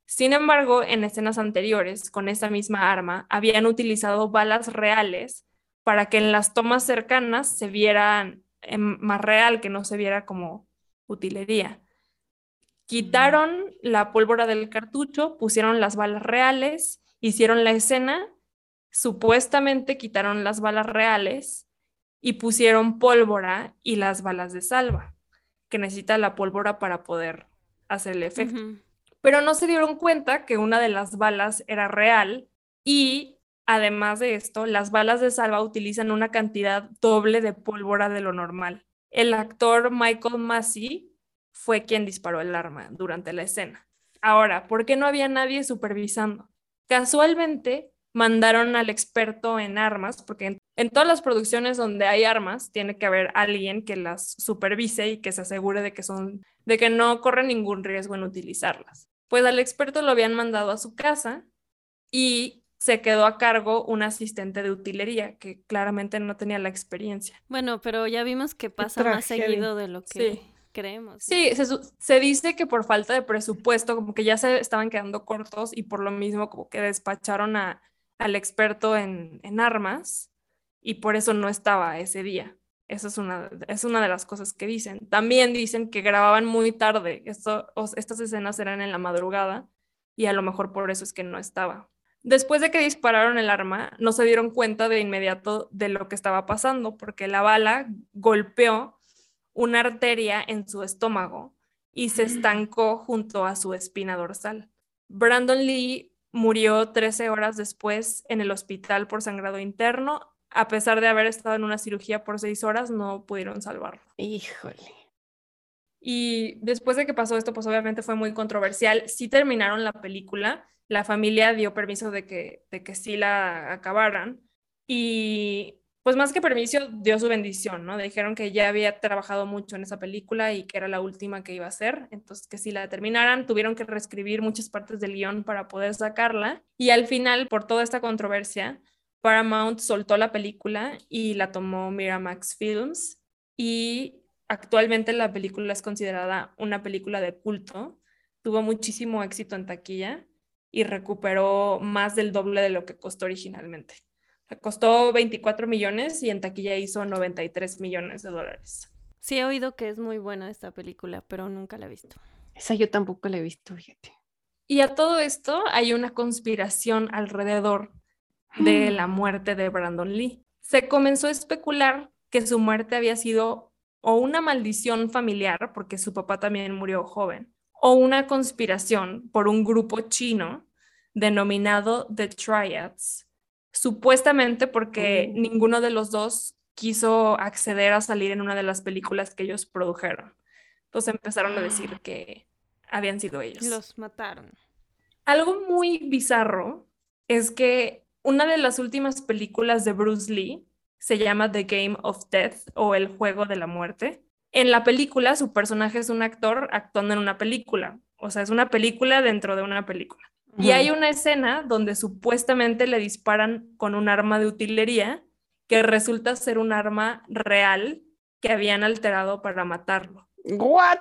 Sin embargo, en escenas anteriores, con esa misma arma, habían utilizado balas reales para que en las tomas cercanas se vieran eh, más real, que no se viera como utilería. Quitaron la pólvora del cartucho, pusieron las balas reales, hicieron la escena, supuestamente quitaron las balas reales y pusieron pólvora y las balas de salva, que necesita la pólvora para poder hacer el efecto. Ujú. Pero no se dieron cuenta que una de las balas era real y además de esto, las balas de salva utilizan una cantidad doble de pólvora de lo normal. El actor Michael Massey fue quien disparó el arma durante la escena. Ahora, ¿por qué no había nadie supervisando? Casualmente mandaron al experto en armas, porque en, en todas las producciones donde hay armas tiene que haber alguien que las supervise y que se asegure de que son, de que no corren ningún riesgo en utilizarlas. Pues al experto lo habían mandado a su casa y se quedó a cargo un asistente de utilería que claramente no tenía la experiencia. Bueno, pero ya vimos que pasa más tragedia. seguido de lo que Sí. creemos. ¿no? Sí, se, su- se dice que por falta de presupuesto, como que ya se estaban quedando cortos y por lo mismo como que despacharon a, al experto en, en armas y por eso no estaba ese día. Eso es una, es una de las cosas que dicen. También dicen que grababan muy tarde. Esto, o- estas escenas eran en la madrugada y a lo mejor por eso es que no estaba. Después de que dispararon el arma, no se dieron cuenta de inmediato de lo que estaba pasando porque la bala golpeó una arteria en su estómago y se estancó junto a su espina dorsal. Brandon Lee murió trece horas después en el hospital por sangrado interno. A pesar de haber estado en una cirugía por seis horas, no pudieron salvarlo. Híjole. Y después de que pasó esto, pues obviamente fue muy controversial. Sí terminaron la película, la familia dio permiso de que, de que sí la acabaran y pues más que permiso dio su bendición, ¿no? Dijeron que ya había trabajado mucho en esa película y que era la última que iba a hacer, entonces que si la terminaran tuvieron que reescribir muchas partes del guión para poder sacarla y al final, por toda esta controversia, Paramount soltó la película y la tomó Miramax Films y actualmente la película es considerada una película de culto, tuvo muchísimo éxito en taquilla y recuperó más del doble de lo que costó originalmente. O sea, costó veinticuatro millones y en taquilla hizo noventa y tres millones de dólares. Sí he oído que es muy buena esta película, pero nunca la he visto. Esa yo tampoco la he visto, fíjate. Y a todo esto hay una conspiración alrededor de la muerte de Brandon Lee. Se comenzó a especular que su muerte había sido o una maldición familiar, porque su papá también murió joven, o una conspiración por un grupo chino denominado The Triads, supuestamente porque Oh. ninguno de los dos quiso acceder a salir en una de las películas que ellos produjeron. Entonces empezaron a decir que habían sido ellos. Los mataron. Algo muy bizarro es que una de las últimas películas de Bruce Lee se llama The Game of Death o El Juego de la Muerte. En la película, su personaje es un actor actuando en una película. O sea, es una película dentro de una película. Y hay una escena donde supuestamente le disparan con un arma de utilería que resulta ser un arma real que habían alterado para matarlo. What?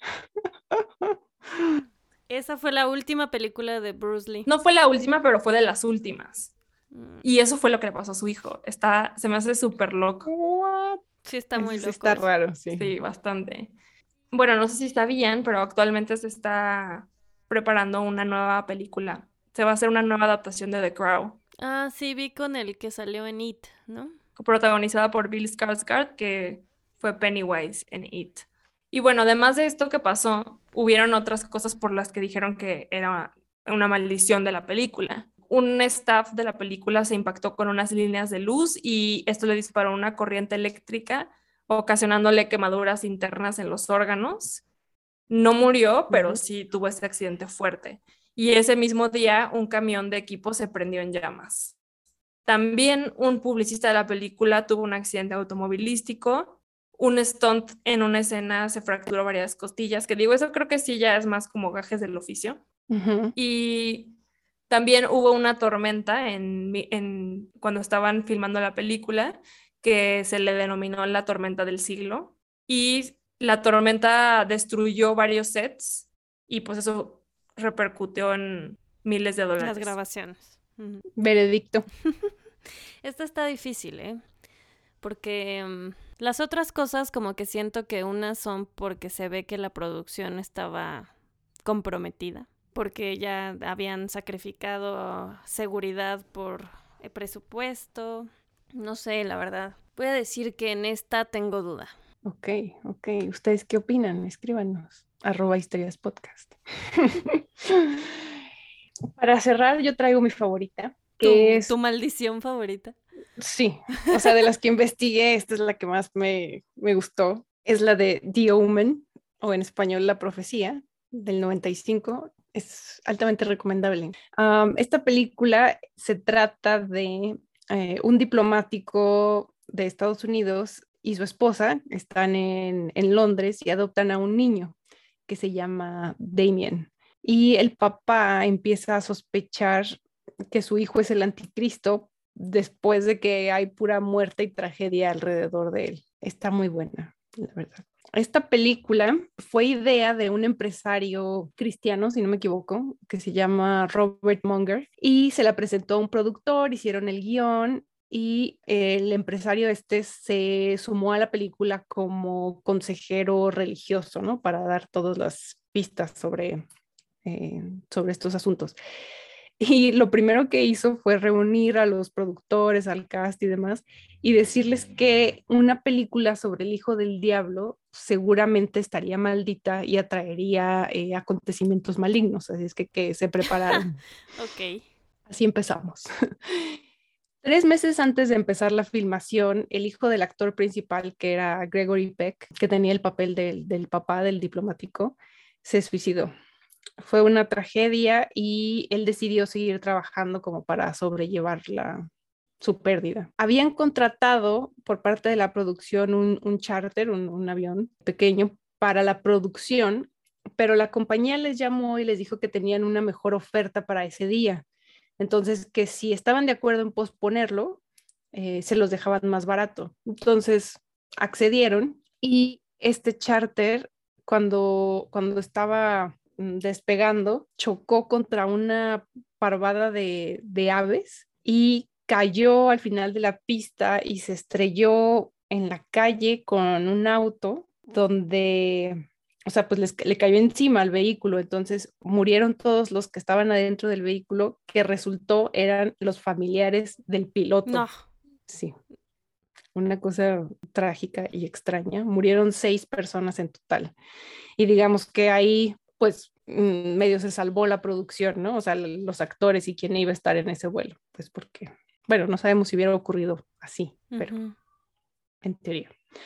Esa fue la última película de Bruce Lee. No fue la última, pero fue de las últimas. Mm, Y eso fue lo que le pasó a su hijo. Está, se me hace súper loco. What? Sí, está Eso muy sí loco. está eso. raro, sí. Sí, bastante. Bueno, no sé si sabían, pero actualmente se está preparando una nueva película. Se va a hacer una nueva adaptación de The Crow, Ah, sí, vi con el que salió en It, ¿no? protagonizada por Bill Skarsgård, que fue Pennywise en It. Y bueno, además de esto que pasó, hubieron otras cosas por las que dijeron que era una maldición de la película. Un staff de la película se impactó con unas líneas de luz y esto le disparó una corriente eléctrica, ocasionándole quemaduras internas en los órganos. No murió, pero Ujú. sí tuvo este accidente fuerte. Y ese mismo día, un camión de equipo se prendió en llamas. También un publicista de la película tuvo un accidente automovilístico, un stunt en una escena se fracturó varias costillas, que digo, eso creo que sí ya es más como gajes del oficio. Ujú. Y también hubo una tormenta en, mi- en, cuando estaban filmando la película, que se le denominó la tormenta del siglo. Y la tormenta destruyó varios sets y pues eso repercutió en miles de dólares. Las grabaciones. Uh-huh. Veredicto. Esta está difícil, ¿eh? Porque um, las otras cosas como que siento que unas son porque se ve que la producción estaba comprometida, porque ya habían sacrificado seguridad por el presupuesto. No sé, la verdad. Voy a decir que en esta tengo duda. Ok, ok. ¿Ustedes qué opinan? Escríbanos. Arroba Historias Podcast. Para cerrar, yo traigo mi favorita, que ¿Tu, es... ¿Tu maldición favorita? Sí, o sea, de las que investigué, esta es la que más me, me gustó. Es la de The Omen, o en español La Profecía, del noventa y cinco. Es altamente recomendable. Um, esta película se trata de eh, un diplomático de Estados Unidos y su esposa están en, en Londres y adoptan a un niño que se llama Damien. Y el papá empieza a sospechar que su hijo es el anticristo después de que hay pura muerte y tragedia alrededor de él. Está muy buena, la verdad. Esta película fue idea de un empresario cristiano, si no me equivoco, que se llama Robert Munger, y se la presentó a un productor, hicieron el guión, y el empresario este se sumó a la película como consejero religioso, ¿no? Para dar todas las pistas sobre, eh, sobre estos asuntos. Y lo primero que hizo fue reunir a los productores, al cast y demás, y decirles que una película sobre el hijo del diablo seguramente estaría maldita y atraería eh, acontecimientos malignos. Así es que, que se prepararon. Ok. Así empezamos. Tres meses antes de empezar la filmación, el hijo del actor principal, que era Gregory Peck, que tenía el papel del, del papá del diplomático, se suicidó. Fue una tragedia y él decidió seguir trabajando como para sobrellevar la, su pérdida. Habían contratado por parte de la producción un, un charter, un, un avión pequeño para la producción, pero la compañía les llamó y les dijo que tenían una mejor oferta para ese día. Entonces, que si estaban de acuerdo en posponerlo, eh, se los dejaban más barato. Entonces, accedieron y este charter, cuando, cuando estaba despegando, chocó contra una parvada de, de aves y cayó al final de la pista y se estrelló en la calle con un auto donde, o sea, pues les, le cayó encima al vehículo, entonces murieron todos los que estaban adentro del vehículo, que resultó eran los familiares del piloto. No. Sí, una cosa trágica y extraña. Murieron seis personas en total. Y digamos que ahí, pues, medio se salvó la producción, ¿no? O sea, los actores y quién iba a estar en ese vuelo, pues porque, bueno, no sabemos si hubiera ocurrido así, pero uh-huh. En teoría.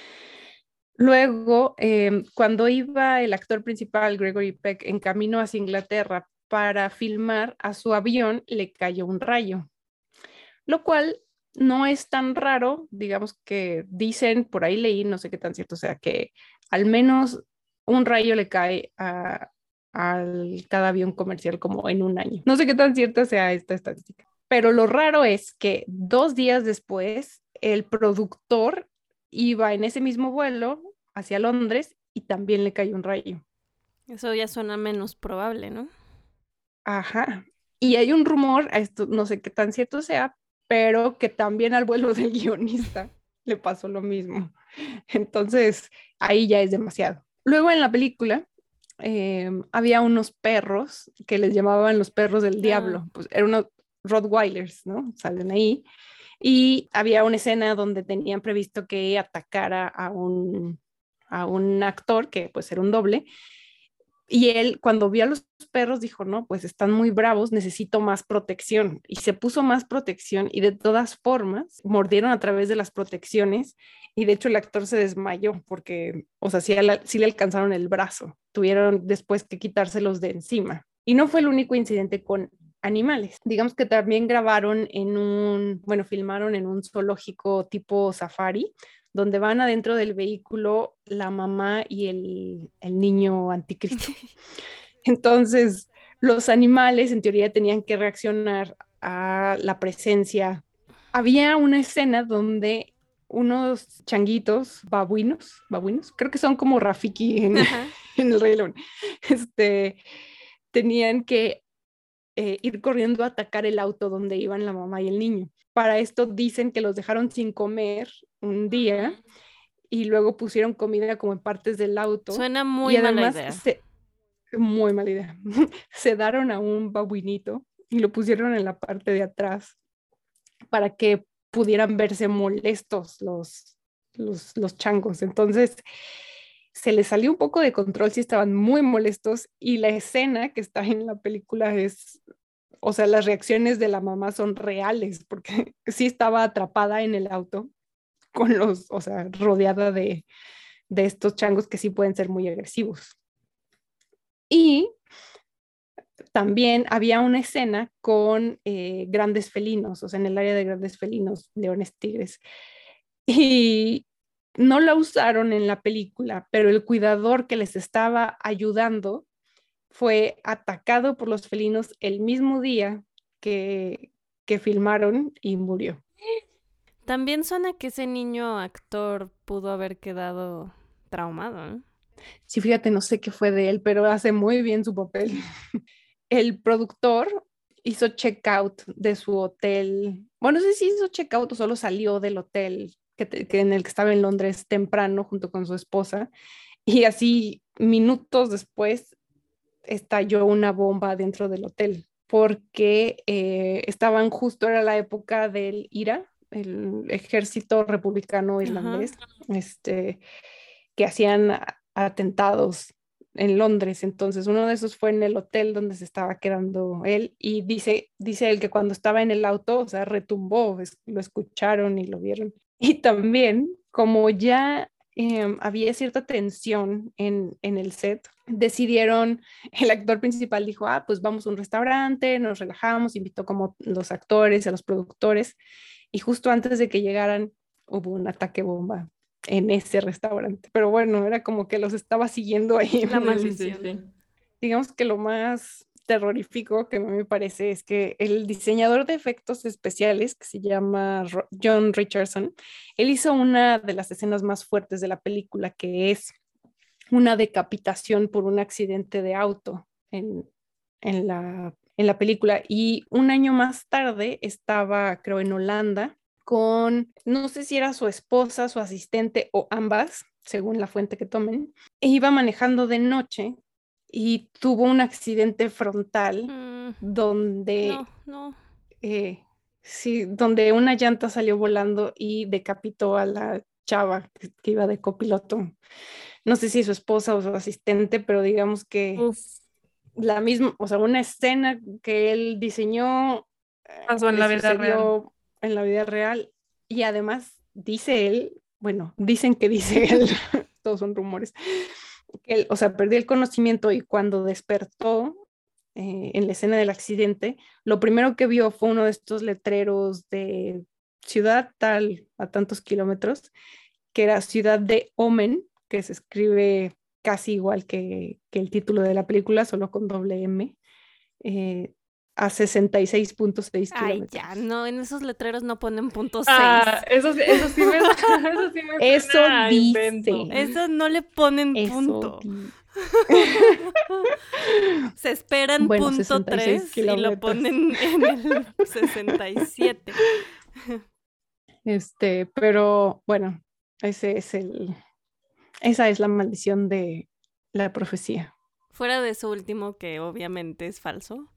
Luego, eh, cuando iba el actor principal, Gregory Peck, en camino hacia Inglaterra para filmar, a su avión le cayó un rayo, lo cual no es tan raro, digamos que dicen, por ahí leí, no sé qué tan cierto sea, que al menos un rayo le cae a, a cada avión comercial como en un año. No sé qué tan cierta sea esta estadística, pero lo raro es que dos días después el productor iba en ese mismo vuelo hacia Londres y también le cayó un rayo. Eso ya suena menos probable, ¿no? Ajá. Y hay un rumor, esto no sé qué tan cierto sea, pero que también al vuelo del guionista le pasó lo mismo. Entonces, ahí ya es demasiado. Luego en la película eh, había unos perros que les llamaban los perros del diablo. Ah. Pues eran unos Rottweilers, ¿no? Salen ahí. Y había una escena donde tenían previsto que atacara a un, a un actor, que pues era un doble. Y él, cuando vio a los perros, dijo, no, pues están muy bravos, necesito más protección. Y se puso más protección y de todas formas mordieron a través de las protecciones y de hecho el actor se desmayó porque, o sea, sí, sí le alcanzaron el brazo. Tuvieron después que quitárselos de encima. Y no fue el único incidente con animales. Digamos que también grabaron en un, bueno, filmaron en un zoológico tipo safari, donde van adentro del vehículo la mamá y el, el niño anticristo. Entonces, los animales en teoría tenían que reaccionar a la presencia. Había una escena donde unos changuitos babuinos, babuinos, creo que son como Rafiki en, en el Rey León, este, tenían que eh, ir corriendo a atacar el auto donde iban la mamá y el niño. Para esto dicen que los dejaron sin comer un día y luego pusieron comida como en partes del auto. Suena muy y mala además idea. Se, muy mala idea. Sedaron a un babuinito y lo pusieron en la parte de atrás para que pudieran verse molestos los, los, los changos. Entonces se les salió un poco de control, sí estaban muy molestos, y la escena que está en la película es, o sea, las reacciones de la mamá son reales, porque sí estaba atrapada en el auto con los, o sea, rodeada de, de estos changos que sí pueden ser muy agresivos. Y también había una escena con eh, grandes felinos, o sea, en el área de grandes felinos, leones, tigres. Y no la usaron en la película, pero el cuidador que les estaba ayudando fue atacado por los felinos el mismo día que, que filmaron y murió. También suena que ese niño actor pudo haber quedado traumado, ¿eh? Sí, fíjate, no sé qué fue de él, pero hace muy bien su papel. El productor hizo check-out de su hotel. Bueno, no sé si hizo check-out o solo salió del hotel que, te, que en el que estaba en Londres temprano junto con su esposa. Y así, minutos después, estalló una bomba dentro del hotel porque eh, estaban justo, era la época del I R A, el ejército republicano irlandés, este, que hacían atentados en Londres. Entonces uno de esos fue en el hotel donde se estaba quedando él, y dice, dice él que cuando estaba en el auto, o sea, retumbó, es, lo escucharon y lo vieron. Y también, como ya eh, había cierta tensión en, en el set, decidieron, el actor principal dijo, ah, pues vamos a un restaurante, nos relajamos, invitó como los actores, a los productores, y justo antes de que llegaran hubo un ataque bomba en ese restaurante. Pero bueno, era como que los estaba siguiendo ahí. La maldición. Sí, sí, sí. Digamos que lo más terrorífico que a mí me parece es que el diseñador de efectos especiales, que se llama Ro- John Richardson, él hizo una de las escenas más fuertes de la película, que es una decapitación por un accidente de auto en, en la, en la película. Y un año más tarde estaba, creo, en Holanda con, no sé si era su esposa, su asistente o ambas, según la fuente que tomen, e iba manejando de noche y tuvo un accidente frontal Mm, donde, no, no. eh, sí, donde una llanta salió volando y decapitó a la chava que, que iba de copiloto. No sé si su esposa o su asistente, pero digamos que Uf, la misma, o sea, una escena que él diseñó eh, pasó en le la vida real. sucedió en la vida real. Y además dice él, bueno, dicen que dice él, todos son rumores, que él, o sea, perdió el conocimiento, y cuando despertó eh, en la escena del accidente, lo primero que vio fue uno de estos letreros de ciudad tal a tantos kilómetros, que era Ciudad de Omen, que se escribe casi igual que, que el título de la película, solo con doble M, eh, a sesenta y seis punto seis Ay, kilómetros. ya, no, en esos letreros no ponen punto Ah, seis. eso, sí- eso sí me, eso sí me Eso suena a dice. invento. Eso no le ponen Eso punto. di- Se esperan Bueno, punto sesenta y seis tres y lo kilómetros. ponen en el sesenta y siete. Este, pero bueno, ese es el, esa es la maldición de la profecía. Fuera de eso último, que obviamente es falso.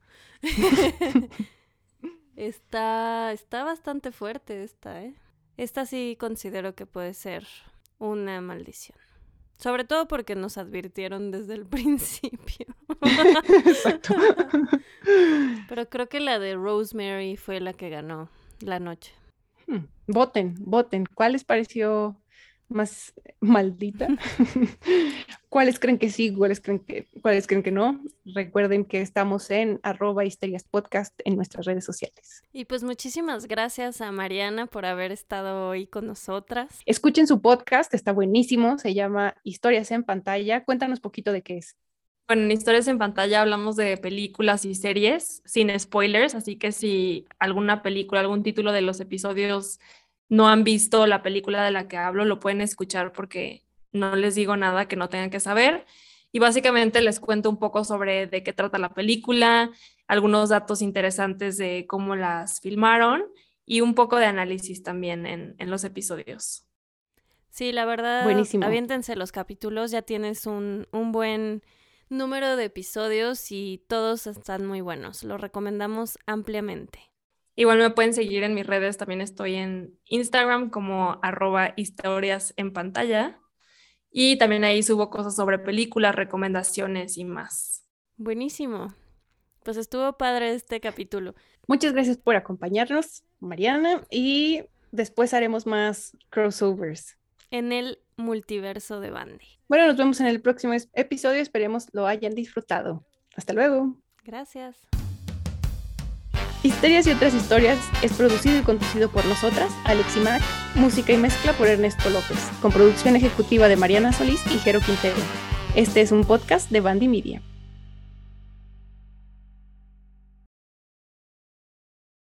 Está, está bastante fuerte esta, ¿eh? Esta sí considero que puede ser una maldición. Sobre todo porque nos advirtieron desde el principio. Exacto. Pero creo que la de Rosemary fue la que ganó la noche. Hmm, Voten, voten. ¿Cuál les pareció más maldita? ¿Cuáles creen que sí? ¿Cuáles creen que, cuáles creen que no? Recuerden que estamos en arroba histerias podcast en nuestras redes sociales. Y pues muchísimas gracias a Mariana por haber estado hoy con nosotras. Escuchen su podcast, está buenísimo, se llama Historias en Pantalla. Cuéntanos poquito de qué es. Bueno, en Historias en Pantalla hablamos de películas y series sin spoilers, así que si alguna película, algún título de los episodios no han visto la película de la que hablo, lo pueden escuchar porque no les digo nada que no tengan que saber. y básicamente les cuento un poco sobre de qué trata la película, algunos datos interesantes de cómo las filmaron y un poco de análisis también en, en los episodios. Sí, la verdad, Buenísimo. Aviéntense los capítulos, ya tienes un, un buen número de episodios y todos están muy buenos, los recomendamos ampliamente. Igual me pueden seguir en mis redes, también estoy en Instagram como arroba historias en pantalla y también ahí subo cosas sobre películas, recomendaciones y más. Buenísimo, pues estuvo padre este capítulo. Muchas gracias por acompañarnos, Mariana, y después haremos más crossovers. En el multiverso de Bandy. Bueno, nos vemos en el próximo episodio, esperemos lo hayan disfrutado. Hasta luego. Gracias. Historias y otras historias es producido y conducido por nosotras, Alex y Mac, música y mezcla por Ernesto López, con producción ejecutiva de Mariana Solís y Jero Quintero. Este es un podcast de Bandy Media.